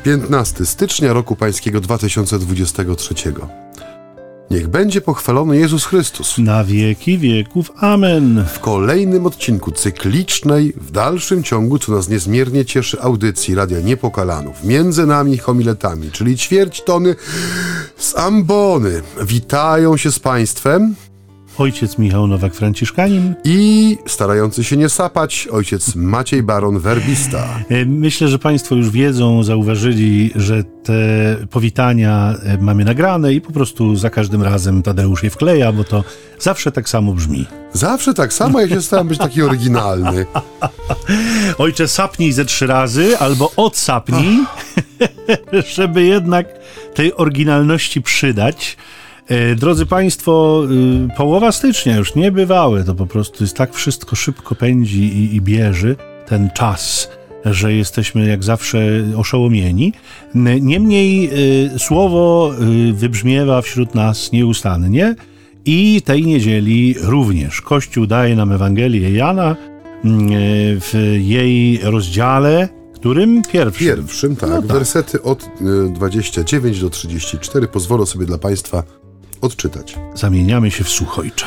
15 stycznia roku pańskiego 2023. Niech będzie pochwalony Jezus Chrystus. Na wieki wieków. Amen. W kolejnym odcinku cyklicznej, w dalszym ciągu, co nas niezmiernie cieszy, audycji Radia Niepokalanów, między nami homiletami, czyli ćwierć tony z ambony, witają się z Państwem Ojciec Michał Nowak-Franciszkanin i starający się nie sapać ojciec Maciej Baron, werbista. Myślę, że Państwo już wiedzą, zauważyli, że te powitania mamy nagrane i po prostu za każdym razem Tadeusz je wkleja, bo to zawsze tak samo brzmi. Zawsze tak samo, ja się staram być taki oryginalny. Ojcze, sapnij ze 3 razy albo odsapnij, żeby jednak tej oryginalności przydać. Drodzy Państwo, połowa stycznia już niebywałe, to po prostu jest tak wszystko szybko pędzi i bierze ten czas, że jesteśmy jak zawsze oszołomieni. Niemniej słowo wybrzmiewa wśród nas nieustannie i tej niedzieli również Kościół daje nam Ewangelię Jana w jej rozdziale, którym? Pierwszym, tak. No tak. Wersety od 29 do 34 pozwolę sobie dla Państwa odczytać. Zamieniamy się w słuch, Ojcze.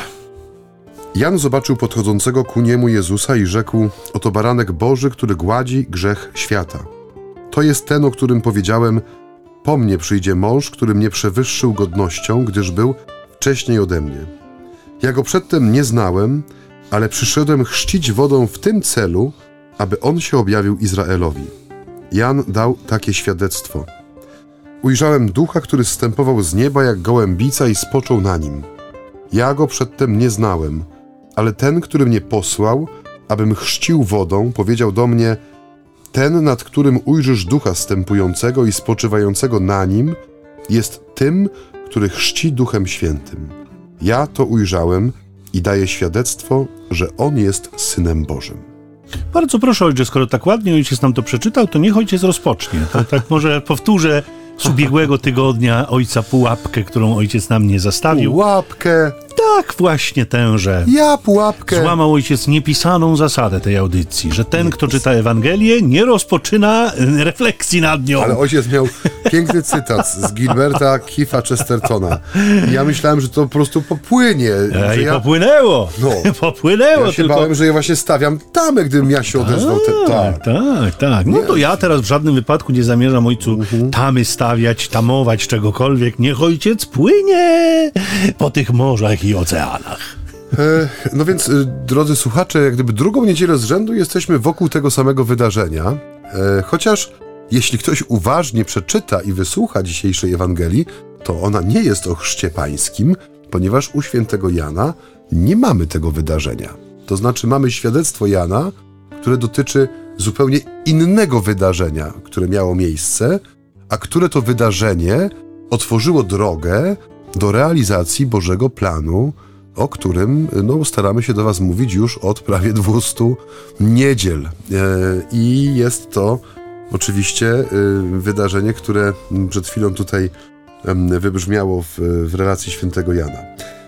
Jan zobaczył podchodzącego ku niemu Jezusa i rzekł: oto baranek Boży, który gładzi grzech świata. To jest ten, o którym powiedziałem: po mnie przyjdzie mąż, który mnie przewyższył godnością, gdyż był wcześniej ode mnie. Ja go przedtem nie znałem, ale przyszedłem chrzcić wodą w tym celu, aby on się objawił Izraelowi. Jan dał takie świadectwo. Ujrzałem ducha, który zstępował z nieba jak gołębica i spoczął na nim. Ja go przedtem nie znałem, ale ten, który mnie posłał, abym chrzcił wodą, powiedział do mnie: ten, nad którym ujrzysz ducha zstępującego i spoczywającego na nim, jest tym, który chrzci Duchem Świętym. Ja to ujrzałem i daję świadectwo, że on jest Synem Bożym. Bardzo proszę, Ojcze, skoro tak ładnie Ojciec nam to przeczytał, to niech Ojciec rozpocznie. To tak może powtórzę z ubiegłego tygodnia Ojca pułapkę, którą Ojciec nam nie zastawił. Pułapkę! Tak, właśnie tęże. Ja pułapkę! Złamał Ojciec niepisaną zasadę tej audycji, że ten, kto czyta Ewangelię, nie rozpoczyna refleksji nad nią. Ale Ojciec miał piękny cytat z Gilberta Keefa Chestertona. I ja myślałem, że to po prostu popłynie. I popłynęło. No. Popłynęło. Ja się bałem, że ja właśnie stawiam tamę, gdybym ja się odezwał. Tak. No to ja teraz w żadnym wypadku nie zamierzam Ojcu tamy stawiać, tamować czegokolwiek. Niech Ojciec płynie po tych morzach i oceanach. No więc, drodzy słuchacze, jak gdyby drugą niedzielę z rzędu jesteśmy wokół tego samego wydarzenia. Chociaż jeśli ktoś uważnie przeczyta i wysłucha dzisiejszej Ewangelii, to ona nie jest o chrzcie pańskim, ponieważ u świętego Jana nie mamy tego wydarzenia. To znaczy mamy świadectwo Jana, które dotyczy zupełnie innego wydarzenia, które miało miejsce, a które to wydarzenie otworzyło drogę do realizacji Bożego planu, o którym staramy się do Was mówić już od prawie 200 niedziel. I jest to oczywiście wydarzenie, które przed chwilą tutaj wybrzmiało w relacji świętego Jana.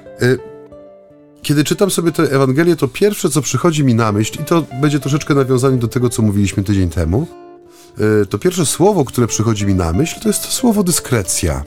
Kiedy czytam sobie tę Ewangelię, to pierwsze, co przychodzi mi na myśl, i to będzie troszeczkę nawiązanie do tego, co mówiliśmy tydzień temu, to pierwsze słowo, które przychodzi mi na myśl, to jest słowo dyskrecja.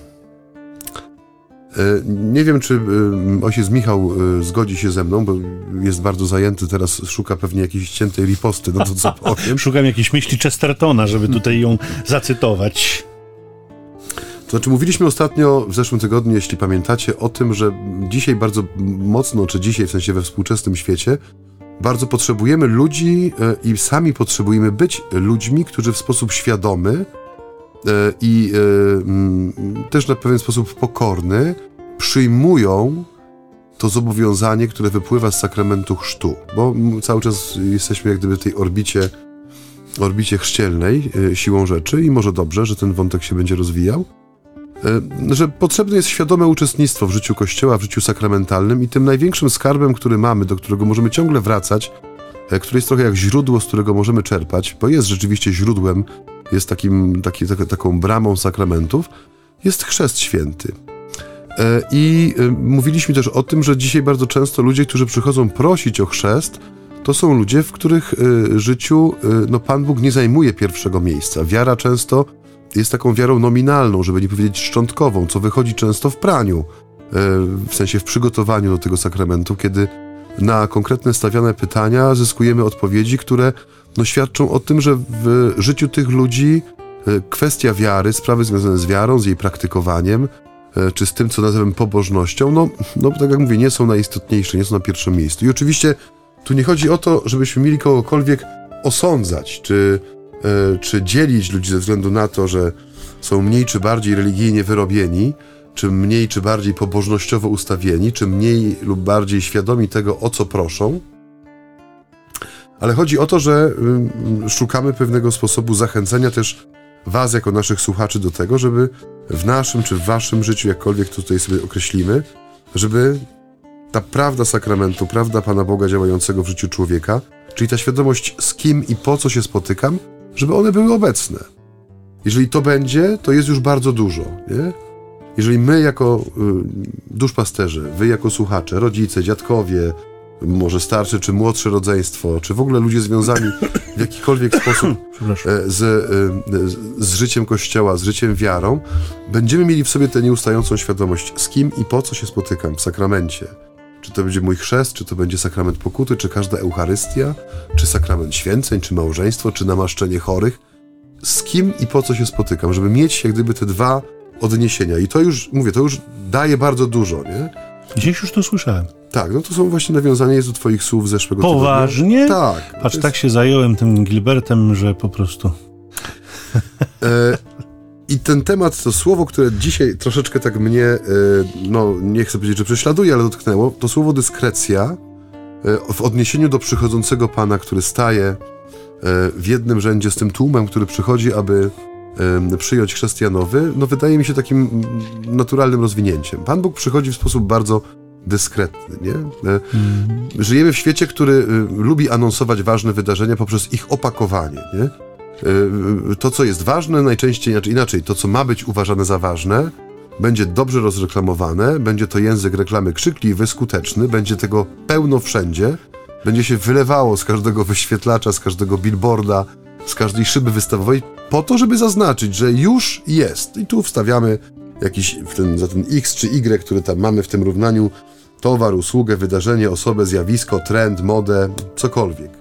Nie wiem, czy ojciec Michał zgodzi się ze mną, bo jest bardzo zajęty teraz, szuka pewnie jakiejś ściętej riposty na to, co powiem. Szukam jakiejś myśli Chestertona, żeby tutaj ją zacytować. To znaczy, mówiliśmy ostatnio w zeszłym tygodniu, jeśli pamiętacie, o tym, że dzisiaj bardzo mocno, czy dzisiaj w sensie we współczesnym świecie, bardzo potrzebujemy ludzi i sami potrzebujemy być ludźmi, którzy w sposób świadomy i też na pewien sposób pokorny przyjmują to zobowiązanie, które wypływa z sakramentu chrztu, bo cały czas jesteśmy jak gdyby w tej orbicie chrzcielnej siłą rzeczy i może dobrze, że ten wątek się będzie rozwijał, że potrzebne jest świadome uczestnictwo w życiu Kościoła, w życiu sakramentalnym i tym największym skarbem, który mamy, do którego możemy ciągle wracać, który jest trochę jak źródło, z którego możemy czerpać, bo jest rzeczywiście źródłem, jest taką bramą sakramentów, jest chrzest święty. I mówiliśmy też o tym, że dzisiaj bardzo często ludzie, którzy przychodzą prosić o chrzest, to są ludzie, w których życiu Pan Bóg nie zajmuje pierwszego miejsca. Wiara często jest taką wiarą nominalną, żeby nie powiedzieć szczątkową, co wychodzi często w praniu, w sensie w przygotowaniu do tego sakramentu, kiedy na konkretne stawiane pytania zyskujemy odpowiedzi, które świadczą o tym, że w życiu tych ludzi kwestia wiary, sprawy związane z wiarą, z jej praktykowaniem, czy z tym, co nazywamy pobożnością, tak jak mówię, nie są najistotniejsze, nie są na pierwszym miejscu. I oczywiście tu nie chodzi o to, żebyśmy mieli kogokolwiek osądzać, czy dzielić ludzi ze względu na to, że są mniej czy bardziej religijnie wyrobieni, czy mniej czy bardziej pobożnościowo ustawieni, czy mniej lub bardziej świadomi tego, o co proszą. Ale chodzi o to, że szukamy pewnego sposobu zachęcenia też was, jako naszych słuchaczy, do tego, żeby w naszym czy w waszym życiu, jakkolwiek to tutaj sobie określimy, żeby ta prawda sakramentu, prawda Pana Boga działającego w życiu człowieka, czyli ta świadomość, z kim i po co się spotykam, żeby one były obecne. Jeżeli to będzie, to jest już bardzo dużo, nie? Jeżeli my jako duszpasterze, wy jako słuchacze, rodzice, dziadkowie, może starsze czy młodsze rodzeństwo, czy w ogóle ludzie związani w jakikolwiek sposób z życiem Kościoła, z życiem wiarą, będziemy mieli w sobie tę nieustającą świadomość, z kim i po co się spotykam w sakramencie. Czy to będzie mój chrzest, czy to będzie sakrament pokuty, czy każda Eucharystia, czy sakrament święceń, czy małżeństwo, czy namaszczenie chorych. Z kim i po co się spotykam, żeby mieć jak gdyby te dwa odniesienia. I to już, mówię, to już daje bardzo dużo, nie? Gdzieś już to słyszałem. Tak, to są właśnie nawiązania jest do twoich słów zeszłego tygodnia. Poważnie? Tak. Patrz, tak się zająłem tym Gilbertem, że po prostu... I ten temat, to słowo, które dzisiaj troszeczkę tak mnie, nie chcę powiedzieć, że prześladuje, ale dotknęło, to słowo dyskrecja w odniesieniu do przychodzącego Pana, który staje w jednym rzędzie z tym tłumem, który przychodzi, aby przyjąć chrześcijanowy, wydaje mi się takim naturalnym rozwinięciem. Pan Bóg przychodzi w sposób bardzo dyskretny, nie? Żyjemy w świecie, który lubi anonsować ważne wydarzenia poprzez ich opakowanie, nie? To, co jest ważne, najczęściej inaczej, to, co ma być uważane za ważne, będzie dobrze rozreklamowane, będzie to język reklamy krzykliwy, skuteczny, będzie tego pełno wszędzie, będzie się wylewało z każdego wyświetlacza, z każdego billboarda, z każdej szyby wystawowej, po to, żeby zaznaczyć, że już jest. I tu wstawiamy jakiś za ten X czy Y, który tam mamy w tym równaniu, towar, usługę, wydarzenie, osobę, zjawisko, trend, modę, cokolwiek.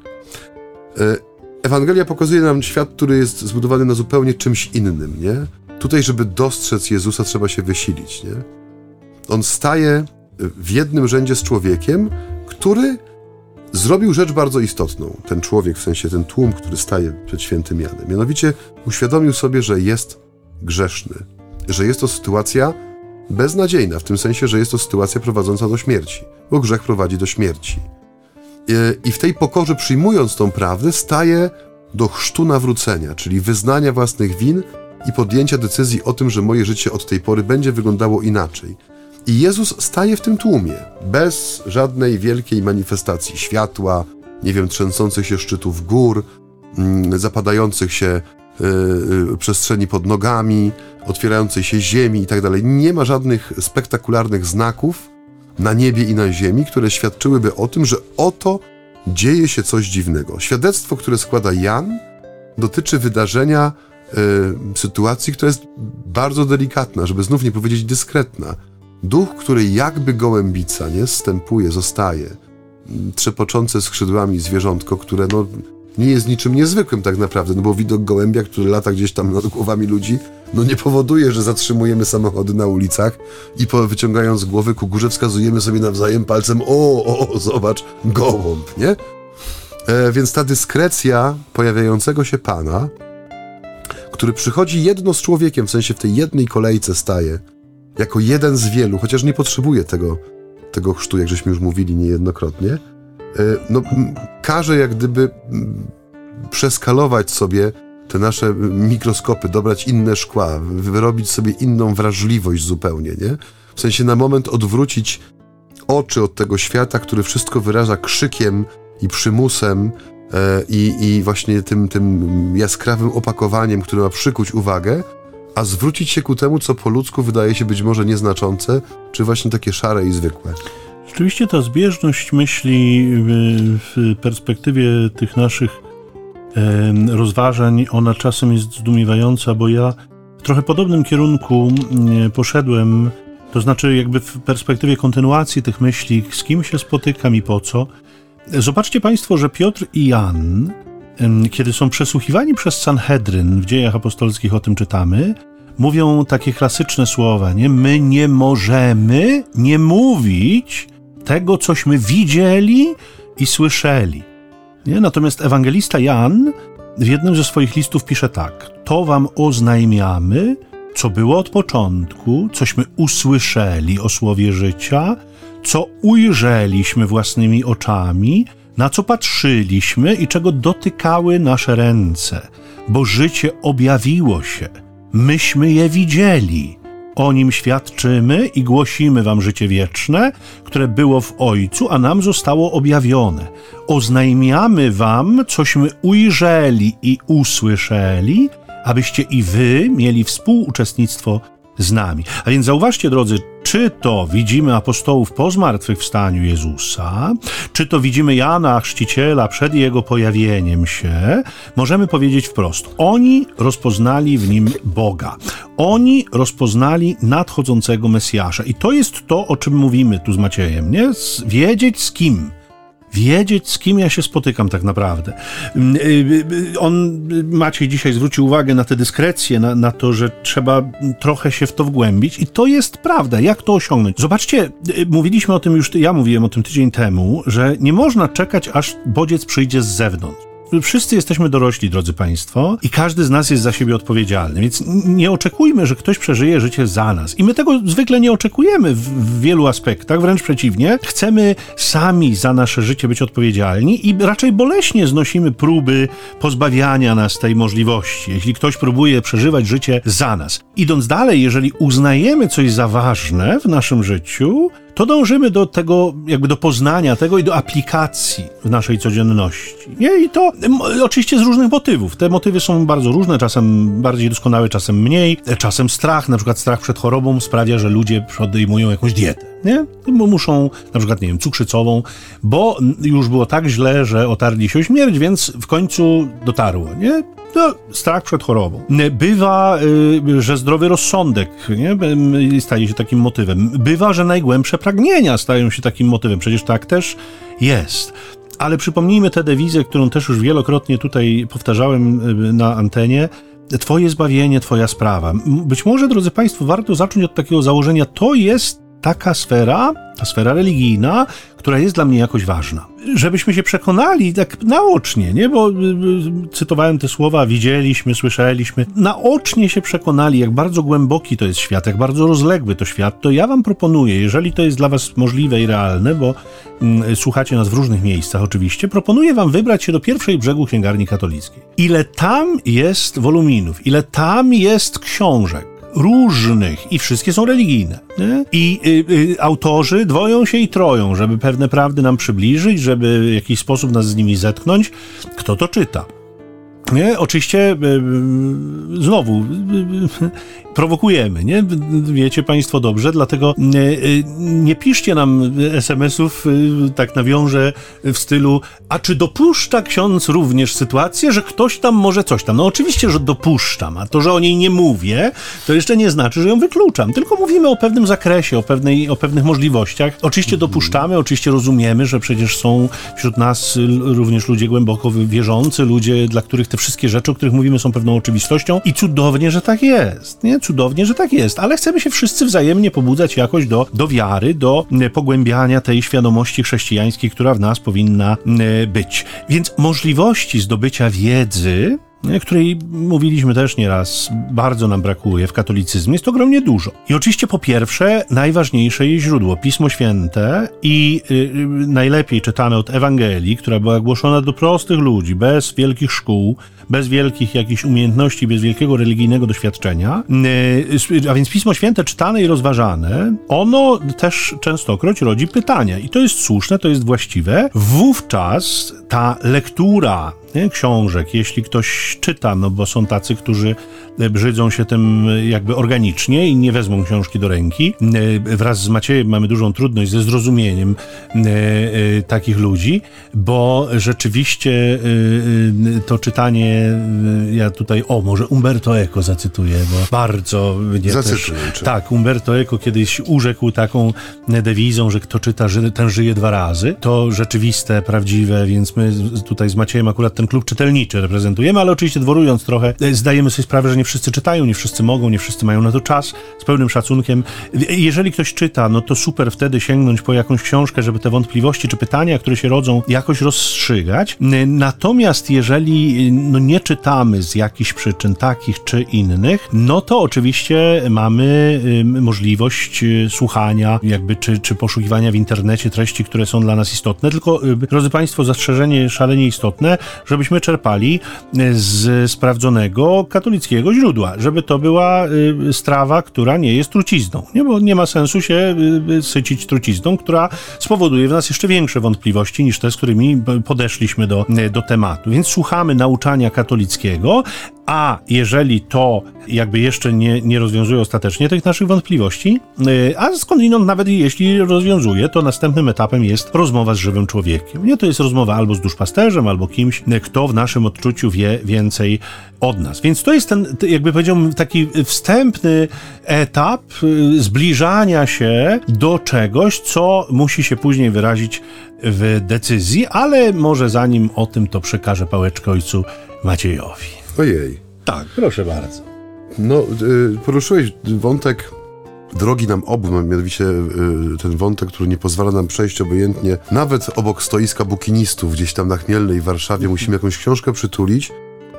Ewangelia pokazuje nam świat, który jest zbudowany na zupełnie czymś innym, nie? Tutaj, żeby dostrzec Jezusa, trzeba się wysilić, nie? On staje w jednym rzędzie z człowiekiem, który zrobił rzecz bardzo istotną. Ten człowiek, w sensie ten tłum, który staje przed świętym Janem. Mianowicie uświadomił sobie, że jest grzeszny. Że jest to sytuacja beznadziejna, w tym sensie, że jest to sytuacja prowadząca do śmierci. Bo grzech prowadzi do śmierci. I w tej pokorze, przyjmując tą prawdę, staje do chrztu nawrócenia, czyli wyznania własnych win i podjęcia decyzji o tym, że moje życie od tej pory będzie wyglądało inaczej. I Jezus staje w tym tłumie, bez żadnej wielkiej manifestacji światła, trzęsących się szczytów gór, zapadających się przestrzeni pod nogami, otwierającej się ziemi i tak dalej. Nie ma żadnych spektakularnych znaków na niebie i na ziemi, które świadczyłyby o tym, że oto dzieje się coś dziwnego. Świadectwo, które składa Jan, dotyczy wydarzenia, sytuacji, która jest bardzo delikatna, żeby znów nie powiedzieć dyskretna. Duch, który jakby gołębica, nie? Zstępuje, zostaje. Trzepoczące skrzydłami zwierzątko, które nie jest niczym niezwykłym tak naprawdę, bo widok gołębia, który lata gdzieś tam nad głowami ludzi, nie powoduje, że zatrzymujemy samochody na ulicach i wyciągając głowy ku górze wskazujemy sobie nawzajem palcem zobacz, gołąb, nie? Więc ta dyskrecja pojawiającego się Pana, który przychodzi jedno z człowiekiem, w sensie w tej jednej kolejce staje, jako jeden z wielu, chociaż nie potrzebuje tego chrztu, jak żeśmy już mówili niejednokrotnie, każe jak gdyby przeskalować sobie te nasze mikroskopy, dobrać inne szkła, wyrobić sobie inną wrażliwość zupełnie, nie? W sensie na moment odwrócić oczy od tego świata, który wszystko wyraża krzykiem i przymusem i właśnie tym jaskrawym opakowaniem, które ma przykuć uwagę, a zwrócić się ku temu, co po ludzku wydaje się być może nieznaczące, czy właśnie takie szare i zwykłe. Rzeczywiście ta zbieżność myśli w perspektywie tych naszych rozważań, ona czasem jest zdumiewająca, bo ja w trochę podobnym kierunku poszedłem, to znaczy jakby w perspektywie kontynuacji tych myśli, z kim się spotykam i po co. Zobaczcie Państwo, że Piotr i Jan, kiedy są przesłuchiwani przez Sanhedryn, w Dziejach Apostolskich o tym czytamy, mówią takie klasyczne słowa, nie? My nie możemy nie mówić tego, cośmy widzieli i słyszeli. Nie? Natomiast ewangelista Jan w jednym ze swoich listów pisze tak: to wam oznajmiamy, co było od początku, cośmy usłyszeli o słowie życia, co ujrzeliśmy własnymi oczami, na co patrzyliśmy i czego dotykały nasze ręce, bo życie objawiło się, myśmy je widzieli. O nim świadczymy i głosimy wam życie wieczne, które było w Ojcu, a nam zostało objawione. Oznajmiamy wam, cośmy ujrzeli i usłyszeli, abyście i wy mieli współuczestnictwo z nami. A więc zauważcie, drodzy, czy to widzimy apostołów po zmartwychwstaniu Jezusa, czy to widzimy Jana Chrzciciela przed Jego pojawieniem się, możemy powiedzieć wprost: oni rozpoznali w Nim Boga. Oni rozpoznali nadchodzącego Mesjasza. I to jest to, o czym mówimy tu z Maciejem, nie? Wiedzieć z kim. Wiedzieć, z kim ja się spotykam tak naprawdę. Maciej dzisiaj zwrócił uwagę na tę dyskrecję, na to, że trzeba trochę się w to wgłębić i to jest prawda. Jak to osiągnąć? Zobaczcie, mówiliśmy o tym już, ja mówiłem o tym tydzień temu, że nie można czekać, aż bodziec przyjdzie z zewnątrz. Wszyscy jesteśmy dorośli, drodzy Państwo, i każdy z nas jest za siebie odpowiedzialny, więc nie oczekujmy, że ktoś przeżyje życie za nas. I my tego zwykle nie oczekujemy w wielu aspektach, wręcz przeciwnie. Chcemy sami za nasze życie być odpowiedzialni i raczej boleśnie znosimy próby pozbawiania nas tej możliwości, jeśli ktoś próbuje przeżywać życie za nas. Idąc dalej, jeżeli uznajemy coś za ważne w naszym życiu, to dążymy do tego, jakby do poznania tego i do aplikacji w naszej codzienności. Nie? I to oczywiście z różnych motywów. Te motywy są bardzo różne, czasem bardziej doskonałe, czasem mniej. Czasem strach, na przykład strach przed chorobą sprawia, że ludzie podejmują jakąś dietę. Nie? Bo muszą, na przykład, nie wiem, cukrzycową, bo już było tak źle, że otarli się o śmierć, więc w końcu dotarło, nie? No, strach przed chorobą. Bywa, że zdrowy rozsądek, nie? Staje się takim motywem. Bywa, że najgłębsze pragnienia stają się takim motywem. Przecież tak też jest. Ale przypomnijmy tę dewizę, którą też już wielokrotnie tutaj powtarzałem na antenie. Twoje zbawienie, twoja sprawa. Być może, drodzy Państwo, warto zacząć od takiego założenia: to jest taka sfera, ta sfera religijna, która jest dla mnie jakoś ważna. Żebyśmy się przekonali tak naocznie, nie? Bo cytowałem te słowa, widzieliśmy, słyszeliśmy. Naocznie się przekonali, jak bardzo głęboki to jest świat, jak bardzo rozległy to świat, to ja wam proponuję, jeżeli to jest dla was możliwe i realne, bo słuchacie nas w różnych miejscach oczywiście, proponuję wam wybrać się do pierwszej brzegu Księgarni Katolickiej. Ile tam jest woluminów, ile tam jest książek różnych i wszystkie są religijne. Nie? I autorzy dwoją się i troją, żeby pewne prawdy nam przybliżyć, żeby w jakiś sposób nas z nimi zetknąć. Kto to czyta? Nie? Oczywiście znowu prowokujemy, nie? Wiecie Państwo dobrze, dlatego nie piszcie nam SMS-ów, tak nawiążę, w stylu: a czy dopuszcza ksiądz również sytuację, że ktoś tam może coś tam? No oczywiście, że dopuszczam, a to, że o niej nie mówię, to jeszcze nie znaczy, że ją wykluczam, tylko mówimy o pewnym zakresie, o pewnych możliwościach. Oczywiście dopuszczamy, oczywiście rozumiemy, że przecież są wśród nas również ludzie głęboko wierzący, ludzie, dla których te wszystkie rzeczy, o których mówimy, są pewną oczywistością i cudownie, że tak jest, nie? Cudownie, że tak jest, ale chcemy się wszyscy wzajemnie pobudzać jakoś do wiary, do pogłębiania tej świadomości chrześcijańskiej, która w nas powinna być. Więc możliwości zdobycia wiedzy, której mówiliśmy też nieraz, bardzo nam brakuje w katolicyzmie, jest ogromnie dużo. I oczywiście po pierwsze, najważniejsze jej źródło, Pismo Święte i najlepiej czytane od Ewangelii, która była głoszona do prostych ludzi, bez wielkich szkół, bez wielkich jakichś umiejętności, bez wielkiego religijnego doświadczenia. A więc Pismo Święte czytane i rozważane, ono też częstokroć rodzi pytania. I to jest słuszne, to jest właściwe. Wówczas ta lektura książek, jeśli ktoś czyta, no bo są tacy, którzy brzydzą się tym jakby organicznie i nie wezmą książki do ręki. Wraz z Maciejem mamy dużą trudność ze zrozumieniem takich ludzi, bo rzeczywiście to czytanie, ja tutaj, może Umberto Eco zacytuję, bo bardzo mnie też... Tak, Umberto Eco kiedyś urzekł taką dewizą, że kto czyta, ten żyje 2 razy. To rzeczywiste, prawdziwe, więc my tutaj z Maciejem akurat ten klub czytelniczy reprezentujemy, ale oczywiście dworując trochę, zdajemy sobie sprawę, że nie wszyscy czytają, nie wszyscy mogą, nie wszyscy mają na to czas, z pełnym szacunkiem. Jeżeli ktoś czyta, no to super wtedy sięgnąć po jakąś książkę, żeby te wątpliwości czy pytania, które się rodzą, jakoś rozstrzygać. Natomiast jeżeli nie czytamy z jakichś przyczyn takich czy innych, no to oczywiście mamy możliwość słuchania jakby czy poszukiwania w internecie treści, które są dla nas istotne, tylko drodzy Państwo, zastrzeżenie szalenie istotne, żebyśmy czerpali z sprawdzonego katolickiego źródła, żeby to była strawa, która nie jest trucizną, nie? Bo nie ma sensu się sycić trucizną, która spowoduje w nas jeszcze większe wątpliwości niż te, z którymi podeszliśmy do tematu. Więc słuchamy nauczania katolickiego, a jeżeli to jakby jeszcze nie rozwiązuje ostatecznie tych naszych wątpliwości, a skądinąd nawet jeśli rozwiązuje, to następnym etapem jest rozmowa z żywym człowiekiem. Nie, to jest rozmowa albo z duszpasterzem, albo kimś, kto w naszym odczuciu wie więcej od nas. Więc to jest ten, jakby powiedziałbym, taki wstępny etap zbliżania się do czegoś, co musi się później wyrazić w decyzji, ale może zanim o tym, to przekażę pałeczkę ojcu Maciejowi. Ojej. Tak, proszę bardzo. No, poruszyłeś wątek drogi nam obu, mianowicie ten wątek, który nie pozwala nam przejść obojętnie, nawet obok stoiska bukinistów, gdzieś tam na Chmielnej w Warszawie, musimy jakąś książkę przytulić.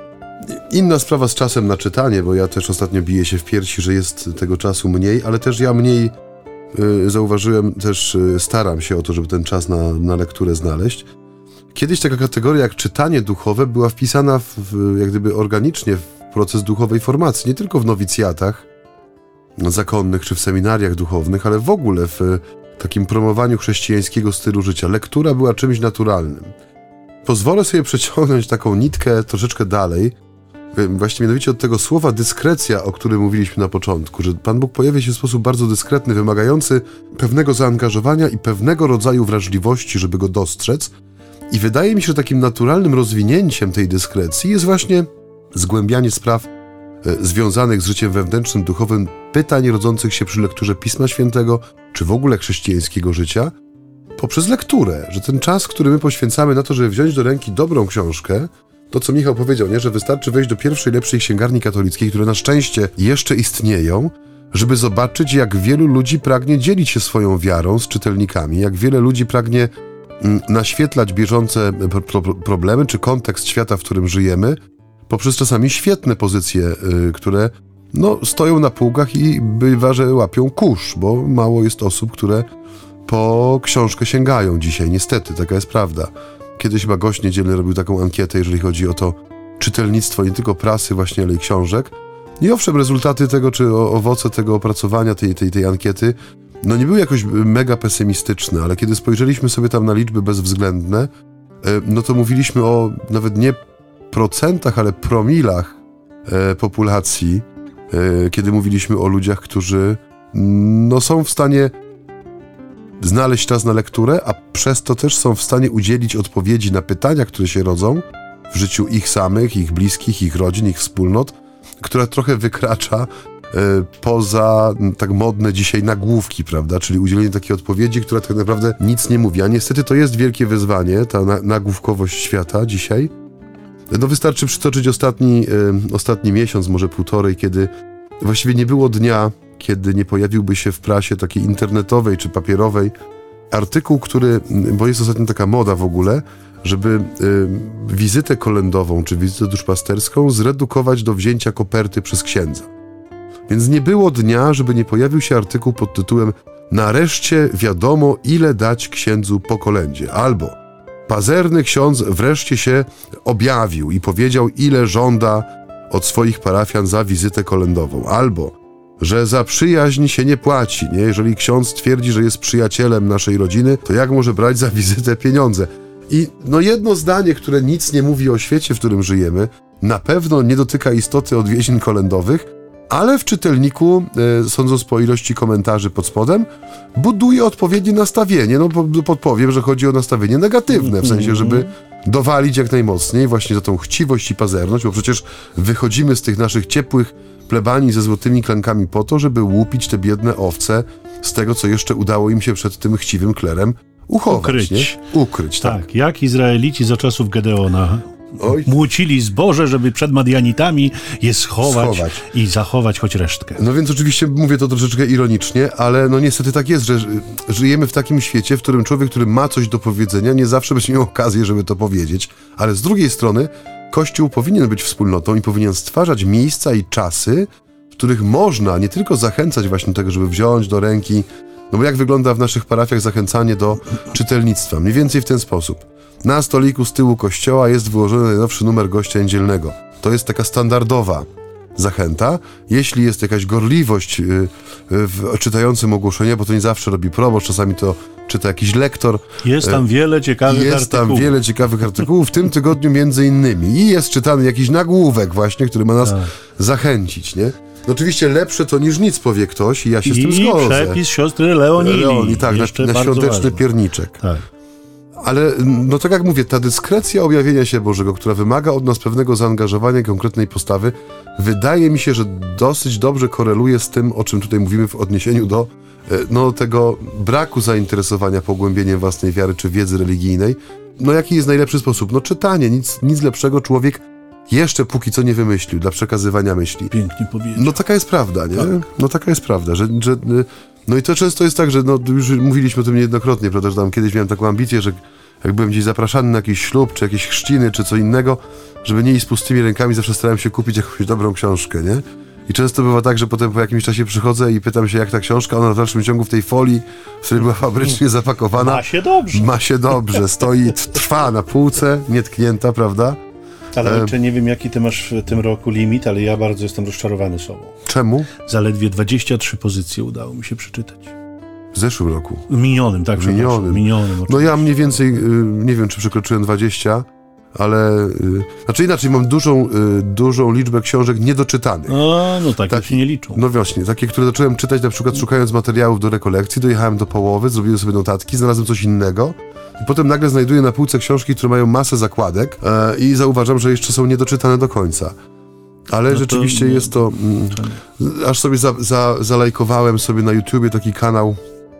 Inna sprawa z czasem na czytanie, bo ja też ostatnio biję się w piersi, że jest tego czasu mniej, ale też ja mniej, zauważyłem, też staram się o to, żeby ten czas na lekturę znaleźć. Kiedyś taka kategoria jak czytanie duchowe była wpisana jak gdyby organicznie w proces duchowej formacji, nie tylko w nowicjatach zakonnych czy w seminariach duchownych, ale w ogóle w takim promowaniu chrześcijańskiego stylu życia. Lektura była czymś naturalnym. Pozwolę sobie przeciągnąć taką nitkę troszeczkę dalej, właśnie mianowicie od tego słowa dyskrecja, o którym mówiliśmy na początku, że Pan Bóg pojawia się w sposób bardzo dyskretny, wymagający pewnego zaangażowania i pewnego rodzaju wrażliwości, żeby go dostrzec. I wydaje mi się, że takim naturalnym rozwinięciem tej dyskrecji jest właśnie zgłębianie spraw związanych z życiem wewnętrznym, duchowym, pytań rodzących się przy lekturze Pisma Świętego, czy w ogóle chrześcijańskiego życia, poprzez lekturę, że ten czas, który my poświęcamy na to, żeby wziąć do ręki dobrą książkę, to co Michał powiedział, nie, że wystarczy wejść do pierwszej, lepszej księgarni katolickiej, które na szczęście jeszcze istnieją, żeby zobaczyć, jak wielu ludzi pragnie dzielić się swoją wiarą z czytelnikami, jak wiele ludzi pragnie naświetlać bieżące problemy, czy kontekst świata, w którym żyjemy, poprzez czasami świetne pozycje, które stoją na półkach i bywa, że łapią kurz, bo mało jest osób, które po książkę sięgają dzisiaj, niestety, taka jest prawda. Kiedyś chyba Gość Niedzielny robił taką ankietę, jeżeli chodzi o to czytelnictwo nie tylko prasy właśnie, ale i książek. I owszem, rezultaty tego, czy owoce tego opracowania, tej ankiety, nie były jakoś mega pesymistyczne, ale kiedy spojrzeliśmy sobie tam na liczby bezwzględne, to mówiliśmy o nawet nie procentach, ale promilach populacji, kiedy mówiliśmy o ludziach, którzy są w stanie znaleźć czas na lekturę, a przez to też są w stanie udzielić odpowiedzi na pytania, które się rodzą w życiu ich samych, ich bliskich, ich rodzin, ich wspólnot, która trochę wykracza poza tak modne dzisiaj nagłówki, prawda? Czyli udzielenie takiej odpowiedzi, która tak naprawdę nic nie mówi. A niestety to jest wielkie wyzwanie, ta nagłówkowość świata dzisiaj. Wystarczy przytoczyć ostatni miesiąc, może półtorej, kiedy właściwie nie było dnia, kiedy nie pojawiłby się w prasie takiej internetowej czy papierowej artykuł, który, bo jest ostatnio taka moda w ogóle, żeby wizytę kolędową czy wizytę duszpasterską zredukować do wzięcia koperty przez księdza. Więc nie było dnia, żeby nie pojawił się artykuł pod tytułem "Nareszcie wiadomo, ile dać księdzu po kolędzie", albo "Pazerny ksiądz wreszcie się objawił i powiedział, ile żąda od swoich parafian za wizytę kolędową", albo że za przyjaźń się nie płaci, nie? Jeżeli ksiądz twierdzi, że jest przyjacielem naszej rodziny, to jak może brać za wizytę pieniądze? I no jedno zdanie, które nic nie mówi o świecie, w którym żyjemy, na pewno nie dotyka istoty odwiedzin kolędowych, ale w czytelniku, sądząc po ilości komentarzy pod spodem, buduje odpowiednie nastawienie. No podpowiem, że chodzi o nastawienie negatywne, w sensie, żeby dowalić jak najmocniej właśnie za tą chciwość i pazerność, bo przecież wychodzimy z tych naszych ciepłych plebanii ze złotymi klankami po to, żeby łupić te biedne owce z tego, co jeszcze udało im się przed tym chciwym klerem uchować. Ukryć, tak. Jak Izraelici za czasów Gedeona młócili zboże, żeby przed Madianitami je schować i zachować choć resztkę. No więc oczywiście mówię to troszeczkę ironicznie, ale no niestety tak jest, że żyjemy w takim świecie, w którym człowiek, który ma coś do powiedzenia, nie zawsze będzie miał okazję, żeby to powiedzieć, ale z drugiej strony Kościół powinien być wspólnotą i powinien stwarzać miejsca i czasy, w których można nie tylko zachęcać właśnie do tego, żeby wziąć do ręki, no bo jak wygląda w naszych parafiach zachęcanie do czytelnictwa? Mniej więcej w ten sposób. Na stoliku z tyłu kościoła jest wyłożony najnowszy numer Gościa Niedzielnego. To jest taka standardowa zachęta. Jeśli jest jakaś gorliwość w czytającym ogłoszenia, bo to nie zawsze robi proboszcz, czasami to czyta jakiś lektor. Jest tam wiele ciekawych artykułów. W tym tygodniu między innymi. I jest czytany jakiś nagłówek właśnie, który ma nas zachęcić, nie? No oczywiście lepsze to niż nic, powie ktoś i ja się z tym zgodzę. I przepis siostry Leonii. Tak, na świąteczny pierniczek. Tak. Ale, no tak jak mówię, ta dyskrecja objawienia się Bożego, która wymaga od nas pewnego zaangażowania, konkretnej postawy, wydaje mi się, że dosyć dobrze koreluje z tym, o czym tutaj mówimy w odniesieniu do tego braku zainteresowania pogłębieniem własnej wiary czy wiedzy religijnej. No jaki jest najlepszy sposób? No czytanie, nic lepszego człowiek jeszcze póki co nie wymyślił dla przekazywania myśli. Pięknie powiedział. No taka jest prawda, nie? Tak. No taka jest prawda, że no i to często jest tak, że no już mówiliśmy o tym niejednokrotnie, prawda, że tam kiedyś miałem taką ambicję, że jak byłem gdzieś zapraszany na jakiś ślub, czy jakieś chrzciny, czy co innego, żeby nie iść z pustymi rękami, zawsze starałem się kupić jakąś dobrą książkę, nie? I często bywa tak, że potem po jakimś czasie przychodzę i pytam się, jak ta książka, ona w dalszym ciągu w tej folii, w której była fabrycznie zapakowana. Ma się dobrze, stoi, trwa na półce, nietknięta, prawda? Ale ojcze, nie wiem, jaki ty masz w tym roku limit, ale ja bardzo jestem rozczarowany sobą. Czemu? Zaledwie 23 pozycje udało mi się przeczytać. W zeszłym roku. Minionym, tak, Minionym. No ja mniej więcej, nie wiem, czy przekroczyłem 20, ale... Znaczy inaczej, mam dużą liczbę książek niedoczytanych. No takie się nie liczą. No właśnie, takie, które zacząłem czytać na przykład szukając materiałów do rekolekcji, dojechałem do połowy, zrobiłem sobie notatki, znalazłem coś innego. I potem nagle znajduję na półce książki, które mają masę zakładek i zauważam, że jeszcze są niedoczytane do końca. Ale rzeczywiście jest to... aż sobie zalajkowałem sobie na YouTubie taki kanał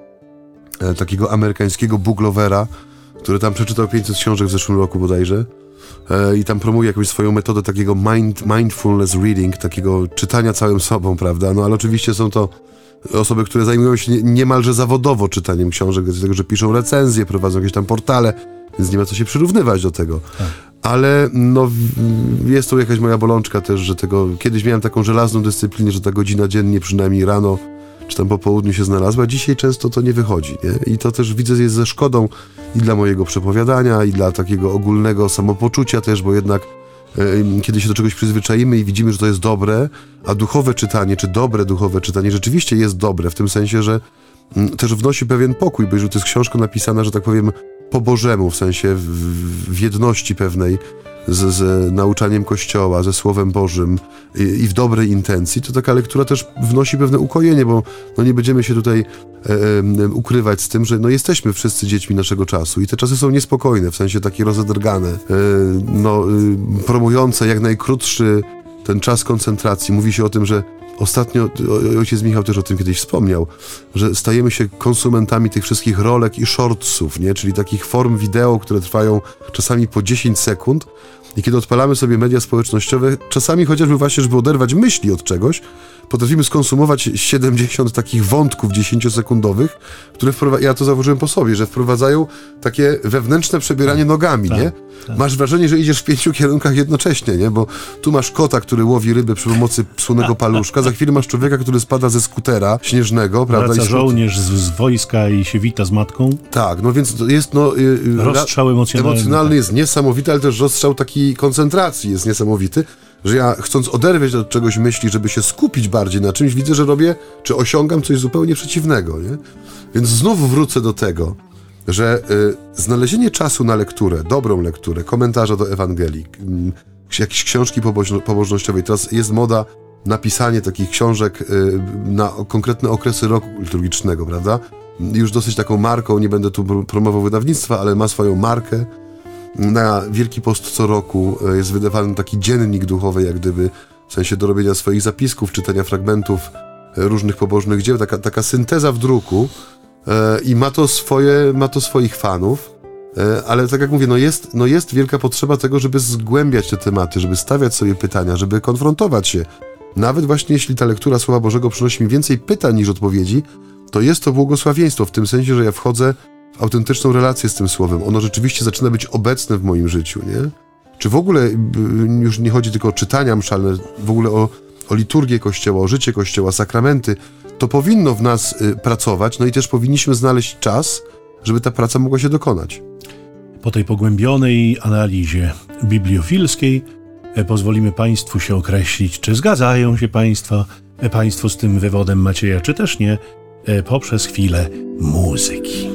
takiego amerykańskiego booklovera, który tam przeczytał 500 książek w zeszłym roku bodajże i tam promuje jakąś swoją metodę takiego mindfulness reading, takiego czytania całym sobą, prawda? No ale oczywiście są to osoby, które zajmują się niemalże zawodowo czytaniem książek, dlatego że piszą recenzje, prowadzą jakieś tam portale, więc nie ma co się przyrównywać do tego. Tak. Ale no, jest to jakaś moja bolączka też, że kiedyś miałem taką żelazną dyscyplinę, że ta godzina dziennie przynajmniej rano czy tam po południu się znalazła, dzisiaj często to nie wychodzi, nie? I to też widzę jest ze szkodą i dla mojego przepowiadania, i dla takiego ogólnego samopoczucia też, bo jednak kiedy się do czegoś przyzwyczaimy i widzimy, że to jest dobre, a duchowe czytanie, czy dobre duchowe czytanie rzeczywiście jest dobre, w tym sensie, że też wnosi pewien pokój, bo jeżeli to jest książka napisana, że tak powiem, po Bożemu, w sensie w jedności pewnej z nauczaniem Kościoła, ze Słowem Bożym i w dobrej intencji, to taka lektura też wnosi pewne ukojenie, bo no nie będziemy się tutaj ukrywać z tym, że no jesteśmy wszyscy dziećmi naszego czasu i te czasy są niespokojne, w sensie takie rozedrgane, promujące jak najkrótszy ten czas koncentracji. Mówi się o tym, że ostatnio, ojciec Michał też o tym kiedyś wspomniał, że stajemy się konsumentami tych wszystkich rolek i shortsów, nie? Czyli takich form wideo, które trwają czasami po 10 sekund i kiedy odpalamy sobie media społecznościowe, czasami chociażby właśnie, żeby oderwać myśli od czegoś, potrafimy skonsumować 70 takich wątków 10-sekundowych, które ja to zauważyłem po sobie, że wprowadzają takie wewnętrzne przebieranie nogami, nie? Tak. Masz wrażenie, że idziesz w 5 kierunkach jednocześnie, nie? Bo tu masz kota, który łowi ryby przy pomocy słonego paluszka, za chwilę masz człowieka, który spada ze skutera śnieżnego, prawda? Wraca żołnierz z wojska i się wita z matką. Tak, no więc jest rozstrzał emocjonalny jest niesamowity, ale też rozstrzał takiej koncentracji jest niesamowity, że ja chcąc oderwać od czegoś myśli, żeby się skupić bardziej na czymś, widzę, że robię, czy osiągam coś zupełnie przeciwnego, nie? Więc znów wrócę do tego, że znalezienie czasu na lekturę, dobrą lekturę, komentarza do Ewangelii, jakieś książki pobożnościowej, teraz jest moda na pisanie takich książek na konkretne okresy roku liturgicznego, prawda? Już dosyć taką marką, nie będę tu promował wydawnictwa, ale ma swoją markę. Na Wielki Post co roku jest wydawany taki dziennik duchowy, jak gdyby, w sensie do robienia swoich zapisków, czytania fragmentów różnych pobożnych dzieł, taka synteza w druku i ma to swoich fanów, ale tak jak mówię, jest wielka potrzeba tego, żeby zgłębiać te tematy, żeby stawiać sobie pytania, żeby konfrontować się. Nawet właśnie jeśli ta lektura Słowa Bożego przynosi mi więcej pytań niż odpowiedzi, to jest to błogosławieństwo, w tym sensie, że ja wchodzę w autentyczną relację z tym Słowem. Ono rzeczywiście zaczyna być obecne w moim życiu, nie? Czy w ogóle już nie chodzi tylko o czytania mszalne, w ogóle o liturgię Kościoła, o życie Kościoła, sakramenty, to powinno w nas pracować, no i też powinniśmy znaleźć czas, żeby ta praca mogła się dokonać. Po tej pogłębionej analizie bibliofilskiej pozwolimy Państwu się określić, czy zgadzają się Państwo z tym wywodem Macieja, czy też nie, poprzez chwilę muzyki.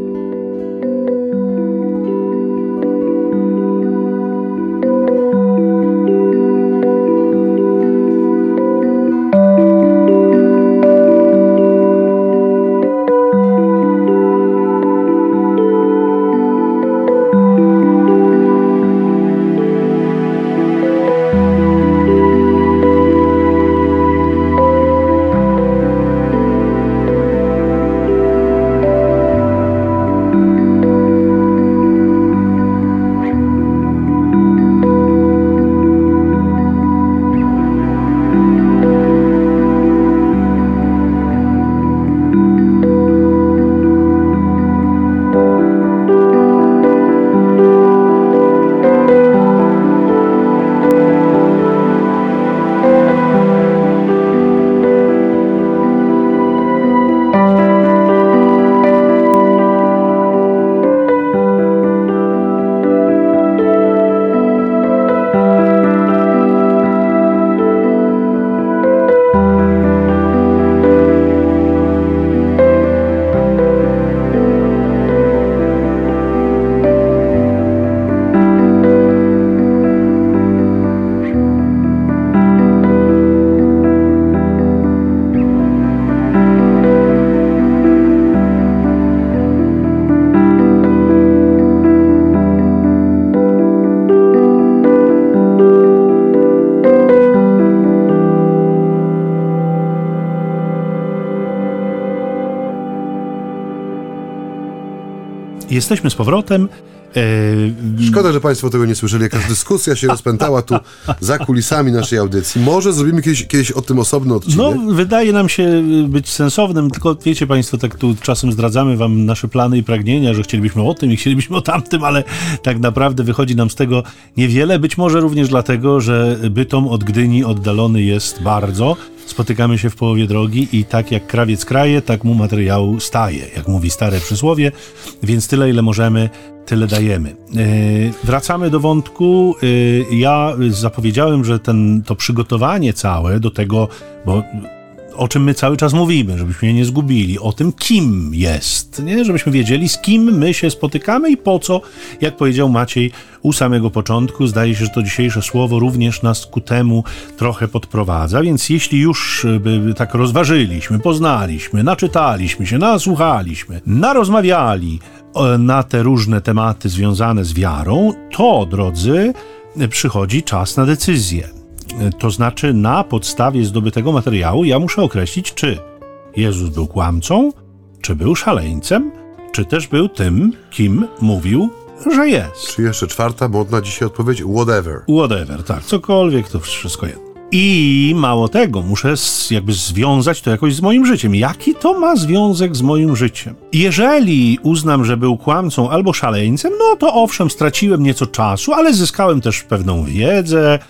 Jesteśmy z powrotem. Szkoda, że Państwo tego nie słyszeli. Jakaś dyskusja się rozpętała tu za kulisami naszej audycji. Może zrobimy kiedyś o tym osobny odcinek. No, wydaje nam się być sensownym, tylko wiecie Państwo, tak tu czasem zdradzamy Wam nasze plany i pragnienia, że chcielibyśmy o tym i chcielibyśmy o tamtym, ale tak naprawdę wychodzi nam z tego niewiele. Być może również dlatego, że Bytom od Gdyni oddalony jest bardzo. Spotykamy się w połowie drogi i tak jak krawiec kraje, tak mu materiału staje, jak mówi stare przysłowie, więc tyle, ile możemy, tyle dajemy. Wracamy do wątku. Ja zapowiedziałem, że to przygotowanie całe do tego, bo o czym my cały czas mówimy, żebyśmy nie zgubili, o tym, kim jest, nie? Żebyśmy wiedzieli, z kim my się spotykamy i po co, jak powiedział Maciej u samego początku. Zdaje się, że to dzisiejsze słowo również nas ku temu trochę podprowadza, więc jeśli już tak rozważyliśmy, poznaliśmy, naczytaliśmy się, nasłuchaliśmy, narozmawiali na te różne tematy związane z wiarą, to, drodzy, przychodzi czas na decyzję. To znaczy, na podstawie zdobytego materiału ja muszę określić, czy Jezus był kłamcą, czy był szaleńcem, czy też był tym, kim mówił, że jest. Czy jeszcze czwarta, modna dzisiaj odpowiedź, whatever. Whatever, tak, cokolwiek, to wszystko jedno. I mało tego, muszę jakby związać to jakoś z moim życiem. Jaki to ma związek z moim życiem? Jeżeli uznam, że był kłamcą albo szaleńcem, no to owszem, straciłem nieco czasu, ale zyskałem też pewną wiedzę,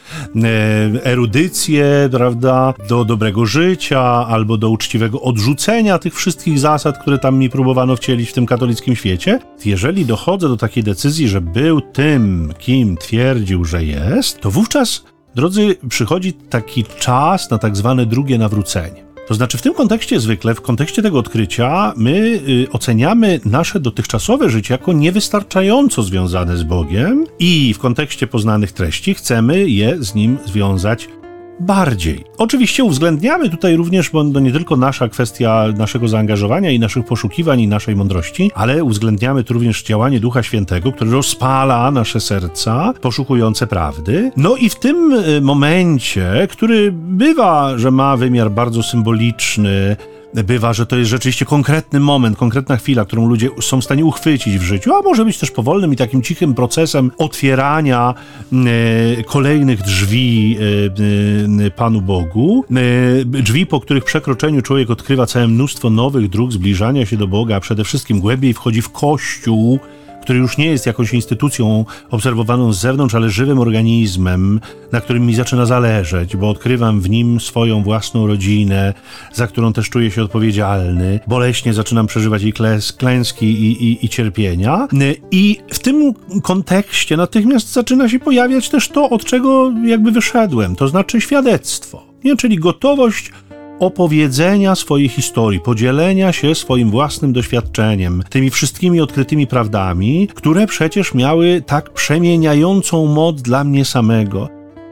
erudycję, prawda, do dobrego życia albo do uczciwego odrzucenia tych wszystkich zasad, które tam mi próbowano wcielić w tym katolickim świecie. Jeżeli dochodzę do takiej decyzji, że był tym, kim twierdził, że jest, to wówczas, drodzy, przychodzi taki czas na tak zwane drugie nawrócenie. To znaczy w tym kontekście zwykle, w kontekście tego odkrycia, my oceniamy nasze dotychczasowe życie jako niewystarczająco związane z Bogiem i w kontekście poznanych treści chcemy je z Nim związać bardziej. Oczywiście uwzględniamy tutaj również, bo to nie tylko nasza kwestia naszego zaangażowania i naszych poszukiwań i naszej mądrości, ale uwzględniamy tu również działanie Ducha Świętego, który rozpala nasze serca poszukujące prawdy. No i w tym momencie, który bywa, że ma wymiar bardzo symboliczny, bywa, że to jest rzeczywiście konkretny moment, konkretna chwila, którą ludzie są w stanie uchwycić w życiu, a może być też powolnym i takim cichym procesem otwierania kolejnych drzwi Panu Bogu. Drzwi, po których przekroczeniu człowiek odkrywa całe mnóstwo nowych dróg zbliżania się do Boga, a przede wszystkim głębiej wchodzi w Kościół, który już nie jest jakąś instytucją obserwowaną z zewnątrz, ale żywym organizmem, na którym mi zaczyna zależeć, bo odkrywam w nim swoją własną rodzinę, za którą też czuję się odpowiedzialny. Boleśnie zaczynam przeżywać jej klęski i cierpienia. I w tym kontekście natychmiast zaczyna się pojawiać też to, od czego jakby wyszedłem, to znaczy świadectwo, nie? Czyli gotowość opowiedzenia swojej historii, podzielenia się swoim własnym doświadczeniem, tymi wszystkimi odkrytymi prawdami, które przecież miały tak przemieniającą moc dla mnie samego.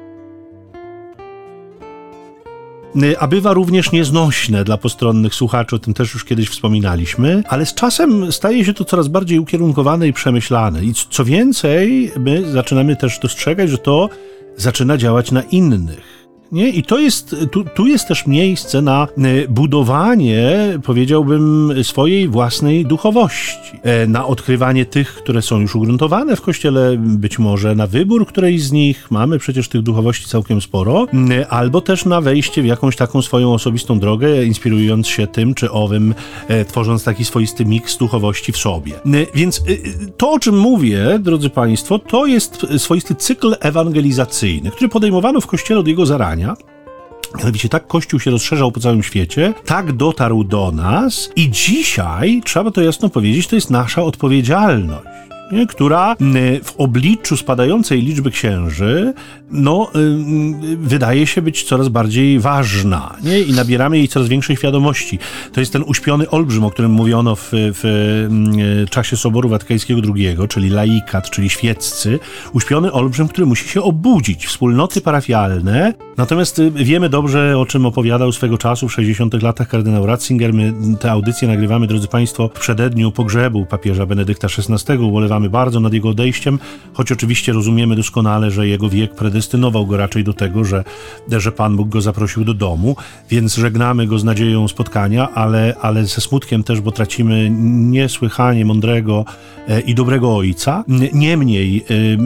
A bywa również nieznośne dla postronnych słuchaczy, o tym też już kiedyś wspominaliśmy, ale z czasem staje się to coraz bardziej ukierunkowane i przemyślane. I co więcej, my zaczynamy też dostrzegać, że to zaczyna działać na innych. Nie? I to jest, tu jest też miejsce na budowanie, powiedziałbym, swojej własnej duchowości, na odkrywanie tych, które są już ugruntowane w Kościele, być może na wybór którejś z nich, mamy przecież tych duchowości całkiem sporo, albo też na wejście w jakąś taką swoją osobistą drogę, inspirując się tym czy owym, tworząc taki swoisty miks duchowości w sobie. Więc to, o czym mówię, drodzy Państwo, to jest swoisty cykl ewangelizacyjny, który podejmowano w Kościele od jego zarania. Mianowicie tak Kościół się rozszerzał po całym świecie, tak dotarł do nas i dzisiaj, trzeba to jasno powiedzieć, to jest nasza odpowiedzialność, nie? Która w obliczu spadającej liczby księży wydaje się być coraz bardziej ważna, nie? I nabieramy jej coraz większej świadomości. To jest ten uśpiony olbrzym, o którym mówiono w czasie Soboru Watykańskiego II, czyli laikat, czyli świeccy. Uśpiony olbrzym, który musi się obudzić. Wspólnoty parafialne. Natomiast wiemy dobrze, o czym opowiadał swego czasu w 60. latach kardynał Ratzinger. My te audycje nagrywamy, drodzy Państwo, w przededniu pogrzebu papieża Benedykta XVI. Ubolewamy bardzo nad jego odejściem, choć oczywiście rozumiemy doskonale, że jego wiek predestynował go raczej do tego, że Pan Bóg go zaprosił do domu, więc żegnamy go z nadzieją spotkania, ale ze smutkiem też, bo tracimy niesłychanie mądrego i dobrego ojca. Niemniej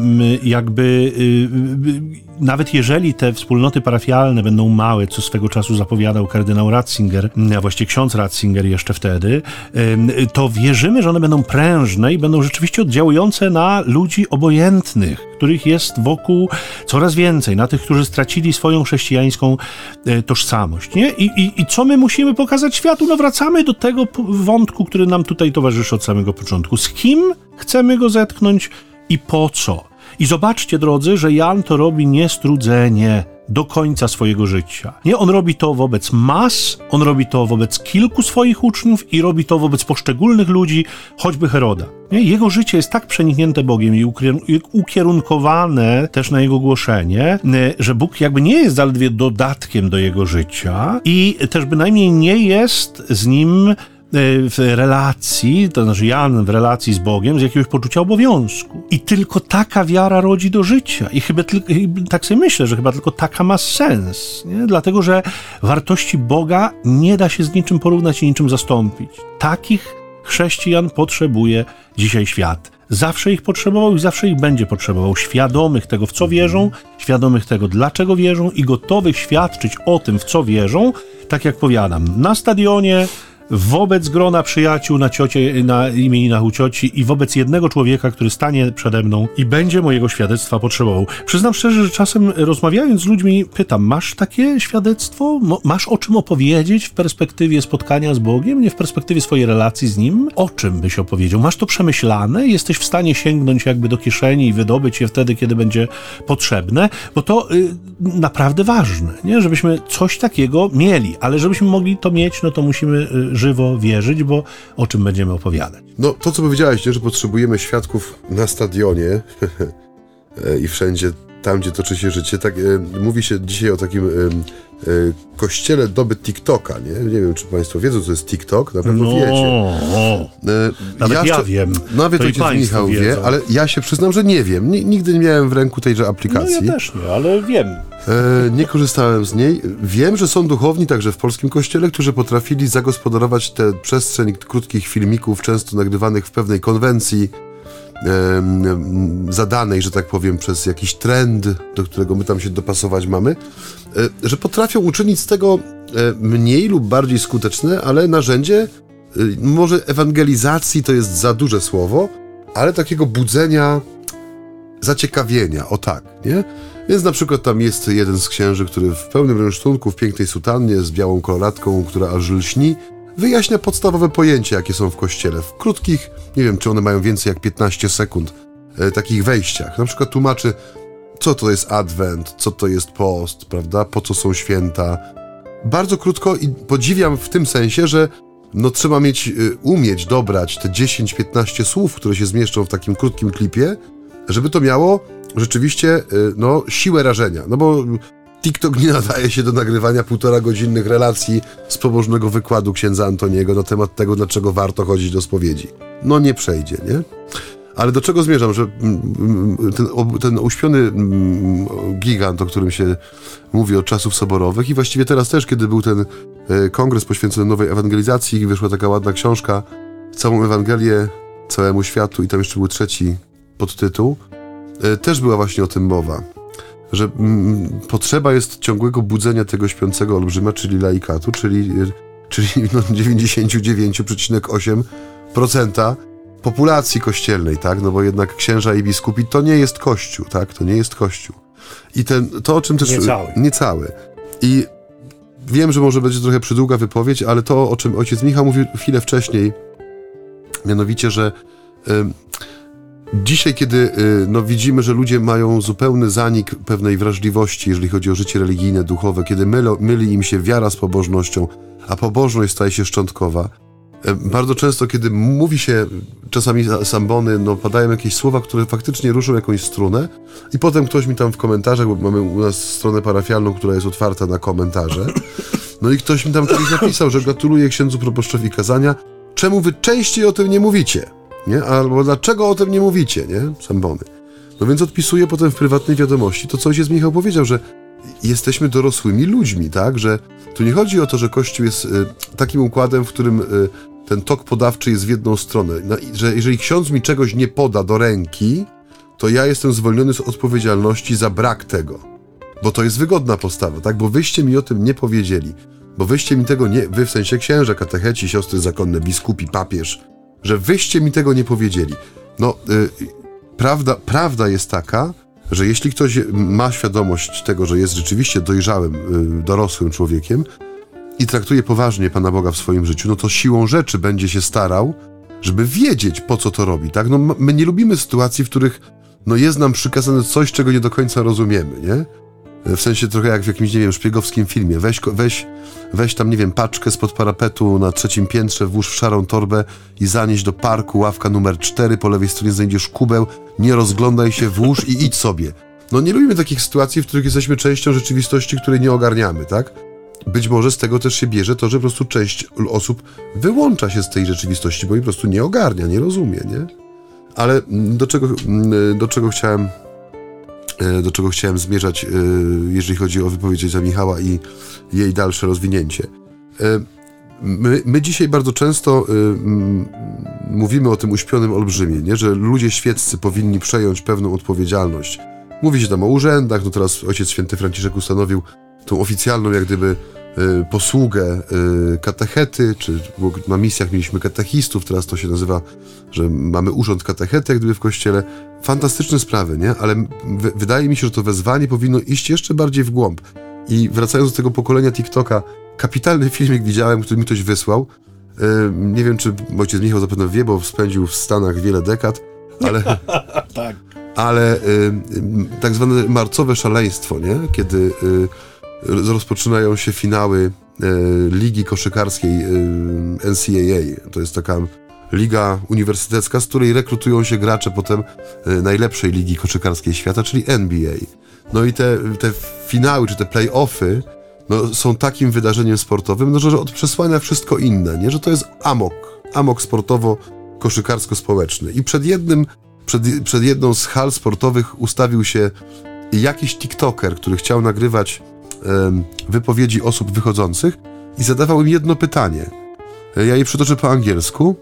nawet jeżeli te wspólnoty parafialne będą małe, co swego czasu zapowiadał kardynał Ratzinger, a właściwie ksiądz Ratzinger jeszcze wtedy, to wierzymy, że one będą prężne i będą rzeczywiście oddziałujące na ludzi obojętnych, których jest wokół coraz więcej, na tych, którzy stracili swoją chrześcijańską tożsamość. Nie? I co my musimy pokazać światu? No wracamy do tego wątku, który nam tutaj towarzyszy od samego początku. Z kim chcemy go zetknąć i po co? I zobaczcie, drodzy, że Jan to robi niestrudzenie do końca swojego życia. Nie, on robi to wobec mas, on robi to wobec kilku swoich uczniów i robi to wobec poszczególnych ludzi, choćby Heroda. Nie? Jego życie jest tak przeniknięte Bogiem i ukierunkowane też na jego głoszenie, że Bóg jakby nie jest zaledwie dodatkiem do jego życia i też bynajmniej nie jest z nim w relacji, to znaczy Jan w relacji z Bogiem, z jakiegoś poczucia obowiązku. I tylko taka wiara rodzi do życia. I chyba tak sobie myślę, że chyba tylko taka ma sens. Nie? Dlatego, że wartości Boga nie da się z niczym porównać i niczym zastąpić. Takich chrześcijan potrzebuje dzisiaj świat. Zawsze ich potrzebował i zawsze ich będzie potrzebował. Świadomych tego, w co wierzą, świadomych tego, dlaczego wierzą i gotowych świadczyć o tym, w co wierzą, tak jak powiadam, na stadionie, wobec grona przyjaciół na ciocie, na imieninach u cioci i wobec jednego człowieka, który stanie przede mną i będzie mojego świadectwa potrzebował. Przyznam szczerze, że czasem rozmawiając z ludźmi pytam, masz takie świadectwo? Masz o czym opowiedzieć w perspektywie spotkania z Bogiem, nie w perspektywie swojej relacji z Nim? O czym byś opowiedział? Masz to przemyślane? Jesteś w stanie sięgnąć jakby do kieszeni i wydobyć je wtedy, kiedy będzie potrzebne? Bo to naprawdę ważne, nie? Żebyśmy coś takiego mieli, ale żebyśmy mogli to mieć, no to musimy żywo wierzyć, bo o czym będziemy opowiadać. No to, co powiedziałeś, nie? Że potrzebujemy świadków na stadionie i wszędzie tam, gdzie toczy się życie. Tak, mówi się dzisiaj o takim kościele doby TikToka, nie? Nie wiem, czy państwo wiedzą, co jest TikTok, na pewno wiecie. Nawet ja wiem. Nawet ojciec Michał wie, ale ja się przyznam, że nie wiem. Nigdy nie miałem w ręku tejże aplikacji. No ja też nie, ale wiem. Nie korzystałem z niej. Wiem, że są duchowni także w polskim kościele, którzy potrafili zagospodarować tę przestrzeń krótkich filmików, często nagrywanych w pewnej konwencji, zadanej, że tak powiem, przez jakiś trend, do którego my tam się dopasować mamy, że potrafią uczynić z tego mniej lub bardziej skuteczne, ale narzędzie, może ewangelizacji to jest za duże słowo, ale takiego budzenia, zaciekawienia, o tak, nie? Więc na przykład tam jest jeden z księży, który w pełnym rynsztunku, w pięknej sutannie, z białą koloratką, która aż lśni, wyjaśnia podstawowe pojęcia, jakie są w kościele. W krótkich, nie wiem, czy one mają więcej jak 15 sekund, takich wejściach. Na przykład tłumaczy, co to jest Adwent, co to jest post, prawda, po co są święta. Bardzo krótko i podziwiam w tym sensie, że no trzeba umieć dobrać te 10-15 słów, które się zmieszczą w takim krótkim klipie, żeby to miało rzeczywiście, no, siłę rażenia. No bo TikTok nie nadaje się do nagrywania 1,5-godzinnych relacji z pobożnego wykładu księdza Antoniego na temat tego, dlaczego warto chodzić do spowiedzi. No nie przejdzie, nie? Ale do czego zmierzam, że ten uśpiony gigant, o którym się mówi od czasów soborowych i właściwie teraz też, kiedy był ten kongres poświęcony nowej ewangelizacji, wyszła taka ładna książka, Całą Ewangelię całemu światu i tam jeszcze był trzeci podtytuł, też była właśnie o tym mowa, że potrzeba jest ciągłego budzenia tego śpiącego olbrzyma, czyli laikatu, czyli no 99,8% populacji kościelnej, tak? No bo jednak księża i biskupi to nie jest Kościół, tak? To nie jest Kościół. I to, o czym też... Niecały. I wiem, że może będzie trochę przydługa wypowiedź, ale to, o czym ojciec Michał mówił chwilę wcześniej, mianowicie, że dzisiaj, kiedy no, widzimy, że ludzie mają zupełny zanik pewnej wrażliwości, jeżeli chodzi o życie religijne, duchowe, kiedy myli im się wiara z pobożnością, a pobożność staje się szczątkowa. Bardzo często, kiedy mówi się czasami sambony, no padają jakieś słowa, które faktycznie ruszą jakąś strunę i potem ktoś mi tam w komentarzach, bo mamy u nas stronę parafialną, która jest otwarta na komentarze, no i ktoś mi tam kiedyś napisał, że gratuluję księdzu proboszczowi kazania, czemu wy częściej o tym nie mówicie? Nie? Albo dlaczego o tym nie mówicie, nie? Sambony. No więc odpisuję potem w prywatnej wiadomości to, co ojciec Michał powiedział, że jesteśmy dorosłymi ludźmi, tak? Że tu nie chodzi o to, że Kościół jest takim układem, w którym ten tok podawczy jest w jedną stronę. No, że jeżeli ksiądz mi czegoś nie poda do ręki, to ja jestem zwolniony z odpowiedzialności za brak tego. Bo to jest wygodna postawa, tak? Bo wyście mi o tym nie powiedzieli. Bo wyście mi tego nie... Wy w sensie księża, katecheci, siostry zakonne, biskupi, papież, że wyście mi tego nie powiedzieli. No, prawda jest taka, że jeśli ktoś ma świadomość tego, że jest rzeczywiście dojrzałym, dorosłym człowiekiem i traktuje poważnie Pana Boga w swoim życiu, no to siłą rzeczy będzie się starał, żeby wiedzieć, po co to robi, tak? No, my nie lubimy sytuacji, w których no, jest nam przykazane coś, czego nie do końca rozumiemy, nie? W sensie trochę jak w jakimś, nie wiem, szpiegowskim filmie. Weź tam, nie wiem, paczkę spod parapetu na 3. piętrze, włóż w szarą torbę i zanieś do parku, ławka numer 4, po lewej stronie znajdziesz kubeł, nie rozglądaj się, włóż i idź sobie. No nie lubimy takich sytuacji, w których jesteśmy częścią rzeczywistości, której nie ogarniamy, tak? Być może z tego też się bierze to, że po prostu część osób wyłącza się z tej rzeczywistości, bo jej po prostu nie ogarnia, nie rozumie, nie? Ale do czego chciałem zmierzać, jeżeli chodzi o wypowiedź ojca Michała i jej dalsze rozwinięcie. My dzisiaj bardzo często mówimy o tym uśpionym olbrzymie, nie? Że ludzie świeccy powinni przejąć pewną odpowiedzialność. Mówi się tam o urzędach, no teraz ojciec święty Franciszek ustanowił tą oficjalną jak gdyby posługę katechety, czy na misjach mieliśmy katechistów, teraz to się nazywa, że mamy urząd katechety jak gdyby w kościele. Fantastyczne sprawy, nie? Ale wydaje mi się, że to wezwanie powinno iść jeszcze bardziej w głąb. I wracając do tego pokolenia TikToka, kapitalny filmik widziałem, który mi ktoś wysłał. Nie wiem, czy ojciec Michał zapewne wie, bo spędził w Stanach wiele dekad, ale... Tak. Ale tak zwane marcowe szaleństwo, nie? Kiedy rozpoczynają się finały ligi koszykarskiej NCAA. To jest taka liga uniwersytecka, z której rekrutują się gracze potem najlepszej ligi koszykarskiej świata, czyli NBA. No i te finały, czy te play-offy są takim wydarzeniem sportowym, że od przesłania wszystko inne, nie? Że to jest amok sportowo-koszykarsko-społeczny. I przed jedną z hal sportowych ustawił się jakiś TikToker, który chciał nagrywać wypowiedzi osób wychodzących i zadawał im jedno pytanie. Ja je przytoczę po angielsku.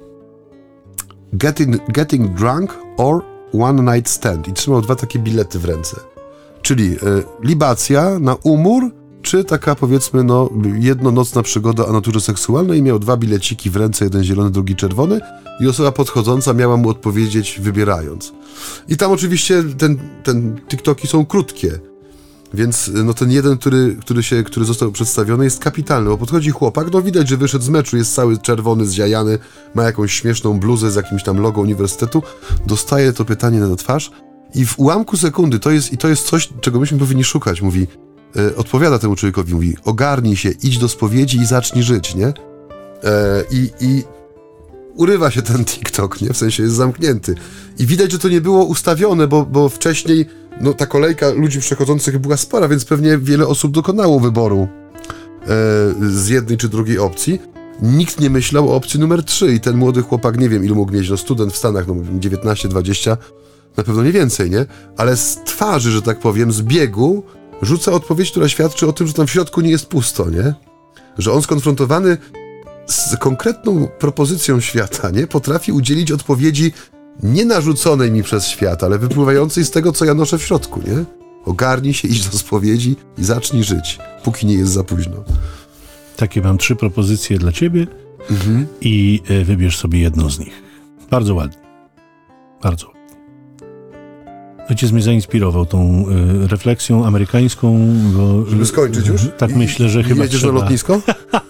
Getting drunk or one night stand. I trzymał 2 takie bilety w ręce. Czyli libacja na umór, czy taka, powiedzmy, jednonocna przygoda o naturze seksualnej. I miał 2 bileciki w ręce, jeden zielony, drugi czerwony, i osoba podchodząca miała mu odpowiedzieć, wybierając. I tam oczywiście ten TikToki są krótkie, więc ten jeden, który został przedstawiony, jest kapitalny, bo podchodzi chłopak, widać, że wyszedł z meczu, jest cały czerwony, zziajany, ma jakąś śmieszną bluzę z jakimś tam logo uniwersytetu, dostaje to pytanie na twarz i w ułamku sekundy, to jest coś, czego myśmy powinni szukać, mówi, odpowiada temu człowiekowi, mówi, ogarnij się, idź do spowiedzi i zacznij żyć, nie? I urywa się ten TikTok, nie? W sensie jest zamknięty. I widać, że to nie było ustawione, bo wcześniej ta kolejka ludzi przechodzących była spora, więc pewnie wiele osób dokonało wyboru z jednej czy drugiej opcji. Nikt nie myślał o opcji numer 3 i ten młody chłopak, nie wiem ilu mógł mieć, student w Stanach, 19-20, na pewno nie więcej, nie? Ale z twarzy, że tak powiem, z biegu rzuca odpowiedź, która świadczy o tym, że tam w środku nie jest pusto, nie? Że on skonfrontowany z konkretną propozycją świata, nie? Potrafi udzielić odpowiedzi nie narzuconej mi przez świat, ale wypływającej z tego, co ja noszę w środku, nie? Ogarnij się, idź do spowiedzi i zacznij żyć, póki nie jest za późno. Takie mam 3 propozycje dla ciebie i wybierz sobie jedną z nich. Bardzo ładnie. Bardzo ładnie. Ojciec mnie zainspirował tą refleksją amerykańską, bo... Żeby skończyć już? Tak myślę, że chyba jedziesz trzeba. Na lotnisko?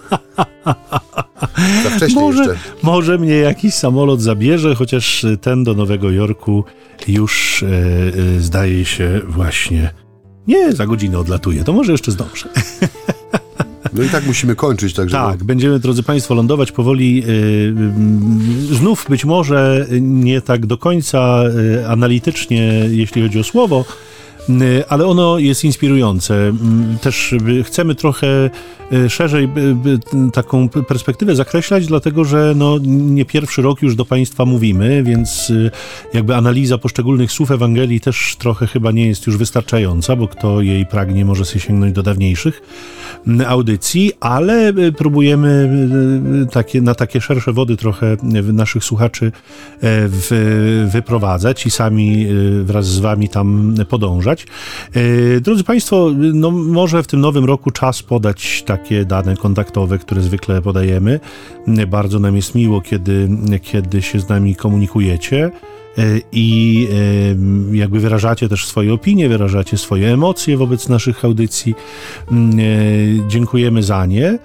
Za wcześnie może mnie jakiś samolot zabierze, chociaż ten do Nowego Jorku już zdaje się właśnie... Nie, za godzinę odlatuje, to może jeszcze zdążę. No i tak musimy kończyć. Tak, będziemy, drodzy Państwo, lądować powoli. Znów być może nie tak do końca analitycznie, jeśli chodzi o słowo, ale ono jest inspirujące. Też chcemy trochę szerzej taką perspektywę zakreślać, dlatego że nie pierwszy rok już do Państwa mówimy, więc jakby analiza poszczególnych słów Ewangelii też trochę chyba nie jest już wystarczająca, bo kto jej pragnie, może sobie sięgnąć do dawniejszych audycji, ale próbujemy na takie szersze wody trochę naszych słuchaczy wyprowadzać i sami wraz z Wami tam podążać. Drodzy Państwo, może w tym nowym roku czas podać takie dane kontaktowe, które zwykle podajemy. Bardzo nam jest miło, kiedy się z nami komunikujecie i jakby wyrażacie też swoje opinie, wyrażacie swoje emocje wobec naszych audycji. Dziękujemy za nie.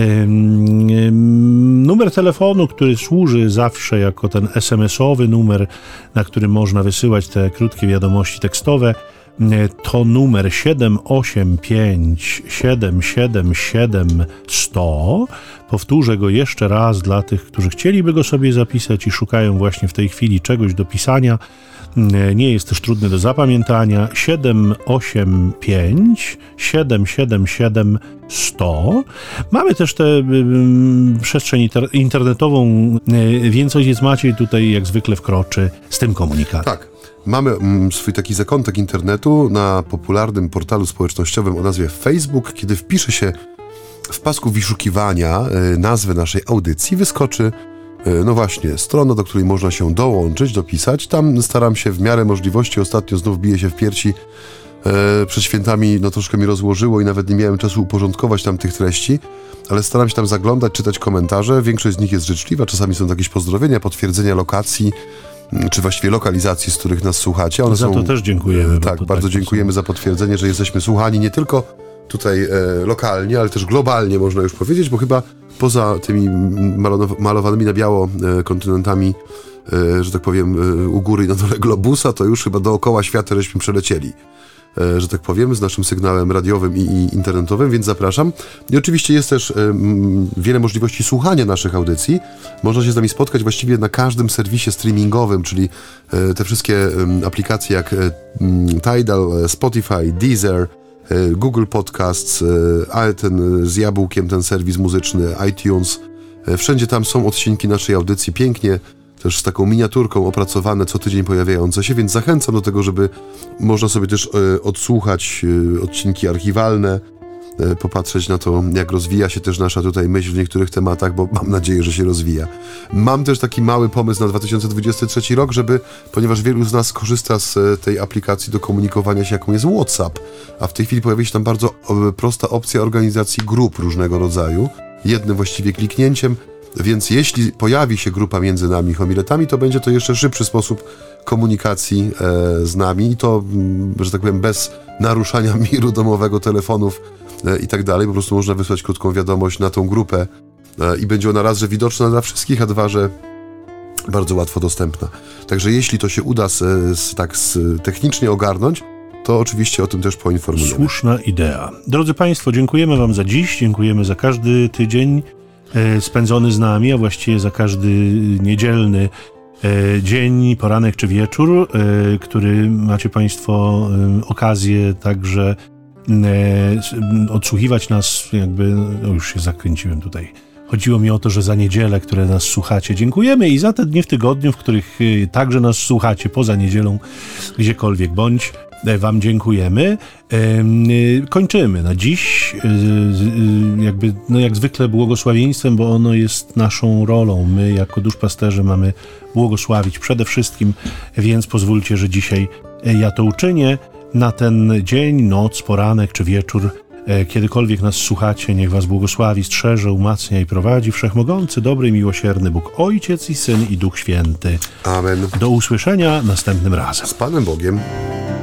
Numer telefonu, który służy zawsze jako ten SMS-owy numer, na którym można wysyłać te krótkie wiadomości tekstowe, to numer 785 777 100. Powtórzę go jeszcze raz dla tych, którzy chcieliby go sobie zapisać i szukają właśnie w tej chwili czegoś do pisania. Nie jest też trudny do zapamiętania. 785 777 100. Mamy też tę przestrzeń internetową, więc ojciec Maciej tutaj jak zwykle wkroczy z tym komunikatem. Tak. Mamy swój taki zakątek internetu na popularnym portalu społecznościowym o nazwie Facebook. Kiedy wpisze się w pasku wyszukiwania nazwę naszej audycji, wyskoczy właśnie strona, do której można się dołączyć, dopisać. Tam staram się w miarę możliwości, ostatnio znów biję się w piersi Przed świętami troszkę mi rozłożyło i nawet nie miałem czasu uporządkować tam tych treści, ale staram się tam zaglądać, czytać komentarze. Większość z nich jest życzliwa, czasami są jakieś pozdrowienia, potwierdzenia lokacji, czy właściwie lokalizacji, z których nas słuchacie. One za to też dziękujemy. Tak, bardzo dziękujemy za potwierdzenie, że jesteśmy słuchani nie tylko tutaj lokalnie, ale też globalnie, można już powiedzieć, bo chyba poza tymi malowanymi na biało kontynentami, że tak powiem, u góry i na dole globusa, to już chyba dookoła świata żeśmy przelecieli, że tak powiem, z naszym sygnałem radiowym i internetowym, więc zapraszam. I oczywiście jest też wiele możliwości słuchania naszych audycji. Można się z nami spotkać właściwie na każdym serwisie streamingowym, czyli te wszystkie aplikacje jak Tidal, Spotify, Deezer, Google Podcasts, ten z jabłkiem, ten serwis muzyczny, iTunes. Wszędzie tam są odcinki naszej audycji, pięknie, też z taką miniaturką opracowane, co tydzień pojawiające się, więc zachęcam do tego, żeby można sobie też odsłuchać odcinki archiwalne, popatrzeć na to, jak rozwija się też nasza tutaj myśl w niektórych tematach, bo mam nadzieję, że się rozwija. Mam też taki mały pomysł na 2023 rok, ponieważ wielu z nas korzysta z tej aplikacji do komunikowania się, jaką jest WhatsApp, a w tej chwili pojawi się tam bardzo prosta opcja organizacji grup różnego rodzaju, jednym właściwie kliknięciem, więc jeśli pojawi się grupa między nami homiletami, to będzie to jeszcze szybszy sposób komunikacji z nami i to, że tak powiem, bez naruszania miru domowego, telefonów i tak dalej. Po prostu można wysłać krótką wiadomość na tą grupę i będzie ona raz, że widoczna dla wszystkich, a dwa, że bardzo łatwo dostępna. Także jeśli to się uda technicznie ogarnąć, to oczywiście o tym też poinformujemy. Słuszna idea. Drodzy Państwo, dziękujemy Wam za dziś, dziękujemy za każdy tydzień spędzony z nami, a właściwie za każdy niedzielny dzień, poranek czy wieczór, który macie Państwo okazję także odsłuchiwać nas, już się zakręciłem tutaj. Chodziło mi o to, że za niedzielę, które nas słuchacie, dziękujemy i za te dni w tygodniu, w których także nas słuchacie, poza niedzielą, gdziekolwiek bądź, Wam dziękujemy. Kończymy na dziś, jak zwykle błogosławieństwem, bo ono jest naszą rolą. My jako duszpasterze mamy błogosławić przede wszystkim, więc pozwólcie, że dzisiaj ja to uczynię. Na ten dzień, noc, poranek czy wieczór, kiedykolwiek nas słuchacie, niech Was błogosławi, strzeże, umacnia i prowadzi Wszechmogący, dobry i miłosierny Bóg, Ojciec i Syn i Duch Święty. Amen. Do usłyszenia następnym razem. Z Panem Bogiem.